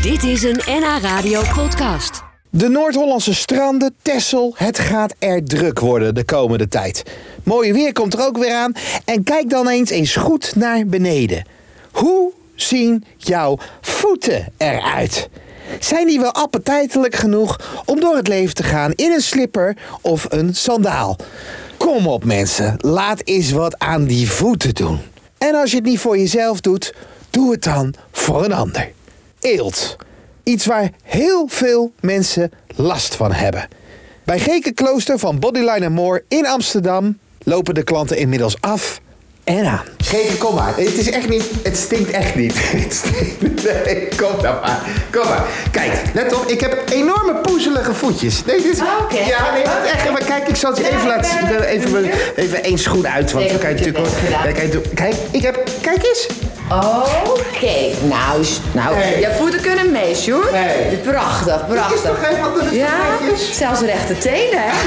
Dit is een NH Radio podcast. De Noord-Hollandse stranden, Texel, het gaat er druk worden de komende tijd. Mooie weer komt er ook weer aan en kijk dan eens goed naar beneden. Hoe zien jouw voeten eruit? Zijn die wel appetijtelijk genoeg om door het leven te gaan in een slipper of een sandaal? Kom op mensen, laat eens wat aan die voeten doen. En als je het niet voor jezelf doet, doe het dan voor een ander. Eelt. Iets waar heel veel mensen last van hebben. Bij Gekenklooster van Bodyline & More in Amsterdam lopen de klanten inmiddels af en aan. Geken, kom maar. Het is echt niet. Het stinkt echt niet. Nee, kom nou maar. Kom maar. Kijk, let op. Ik heb enorme poezelige voetjes. Nee, dit is. Oké. Ja, nee, dat is echt. Maar kijk, ik zal het je even laten zien. Even één schoen uit. Want dan kan je natuurlijk wel. Kijk, ik heb. Kijk eens. Oké, nou, Nee. je voeten kunnen mee, Sjoerd. Nee. Prachtig. Dit is toch even wat de Ja, vetjes? zelfs rechte tenen, hè?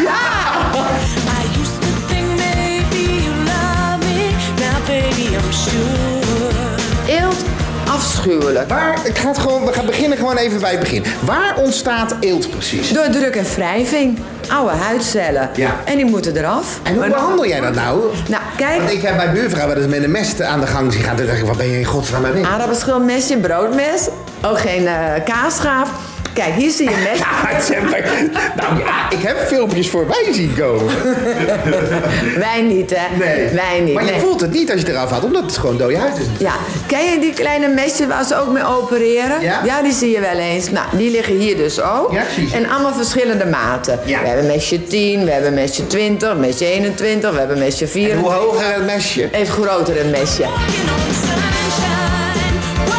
I used to think maybe you love me. Now baby I'm sure. Eelt, afschuwelijk. We gaan beginnen gewoon even bij het begin. Waar ontstaat eelt precies? Door druk en wrijving. Oude huidcellen. Ja. En die moeten eraf. En hoe Maar dan- behandel jij dat nou? Nou, kijk. Want ik heb bij buurvrouw wel eens met een mes aan de gang zien gaan. Toen dacht ik, wat ben je in godsnaam mee? Aardappelschilmesje, broodmes. Ook geen kaasschaaf. Kijk, hier zie je mes. Nou ja, ik heb filmpjes voorbij zien komen. Wij niet, hè? Nee. Wij niet. Maar je nee. voelt het niet als je eraf had, omdat het gewoon dode huid is. Ja, ken je die kleine mesjes waar ze ook mee opereren? Ja. Die zie je wel eens. Nou, die liggen hier dus ook. Ja, precies. En allemaal verschillende maten. Ja. We hebben mesje 10, we hebben mesje 20, mesje 21, we hebben mesje 4. En hoe hoger het mesje? Even groter een mesje. Walking on sunshine.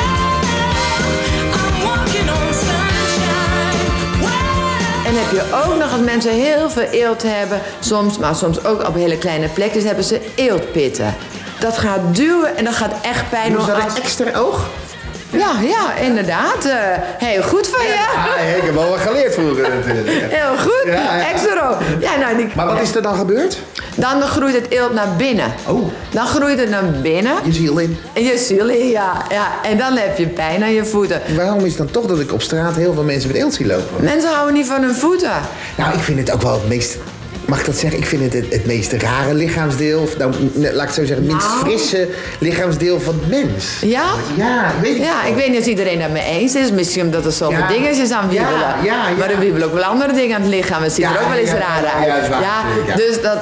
Wow, I'm walking on sunshine. Wow. En heb je ook nog, als mensen heel veel eelt hebben, soms, maar soms ook op hele kleine plekjes, hebben ze eeltpitten. Dat gaat duwen en dat gaat echt pijn Doen doen. ze dat als- een extra oog? Ja, inderdaad. Heel goed van je. Ja, ik heb wel wat geleerd vroeger natuurlijk. Heel goed. Ja. Extra rood. Ja, nou, die... Maar wat is er dan gebeurd? Dan groeit het eelt naar binnen. Oh. Dan groeit het naar binnen. Je ziel in. En je ziel in, ja. En dan heb je pijn aan je voeten. Waarom is het dan toch dat ik op straat heel veel mensen met eelt zie lopen? Mensen houden niet van hun voeten. Nou, ik vind het ook wel het meest... Mag ik dat zeggen? Ik vind het meest rare lichaamsdeel. Of, nou, laat ik het zo zeggen, het minst frisse lichaamsdeel van het mens. Ja? Ja, ik weet het Ja, wel. ik weet niet of iedereen het mee eens is. Misschien omdat er zoveel Ja. dingetjes aan wiebelen. Ja. Maar er wiebelen ook wel andere dingen aan het lichaam. Het ziet Ja, er ook wel eens ja, raar ja, uit. ja, dat is waar natuurlijk, ja. Dus dat...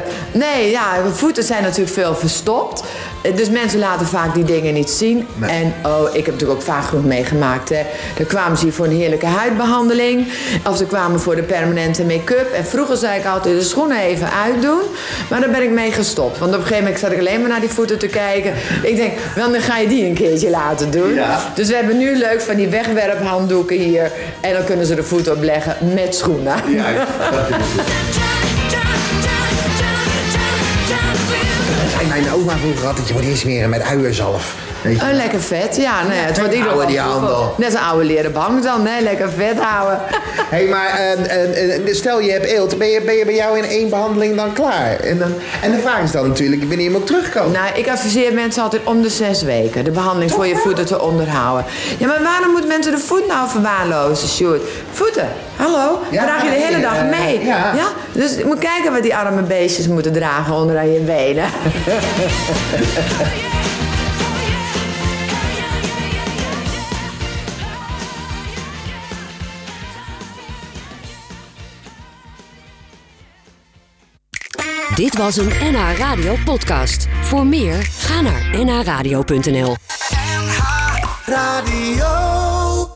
voeten zijn natuurlijk veel verstopt. Dus mensen laten vaak die dingen niet zien. Nee. En ik heb natuurlijk ook vaak genoeg meegemaakt. Hè. Dan kwamen ze hier voor een heerlijke huidbehandeling. Of ze kwamen voor de permanente make-up. En vroeger zei ik altijd de schoenen even uitdoen. Maar daar ben ik mee gestopt. Want op een gegeven moment zat ik alleen maar naar die voeten te kijken. Ik denk, wanneer ga je die een keertje laten doen? Ja. Dus we hebben nu leuk van die wegwerphanddoeken hier. En dan kunnen ze de voeten opleggen met schoenen. Ja, dat is het. En mijn oma vroeger had het, je moet eerst smeren met uierzalf. Weet je? Lekker vet, ja. Nee, het wordt ieder Houden die handel. Net een oude leren bank dan, hè? Lekker vet houden. Hé, maar stel je hebt eelt, ben je bij jou in 1 behandeling dan klaar? En de vraag is dan natuurlijk wanneer je hem ook terugkomt. Nou, ik adviseer mensen altijd om de 6 weken de behandeling voor je voeten te onderhouden. Ja, maar waarom moeten mensen de voet nou verwaarlozen, Sjoerd? Voeten, hallo? Ja, Draag je de hele dag mee. ja. Dus je moet kijken wat die arme beestjes moeten dragen onder aan je benen. Dit was een NH Radio podcast. Voor meer, ga naar nhradio.nl. NH Radio.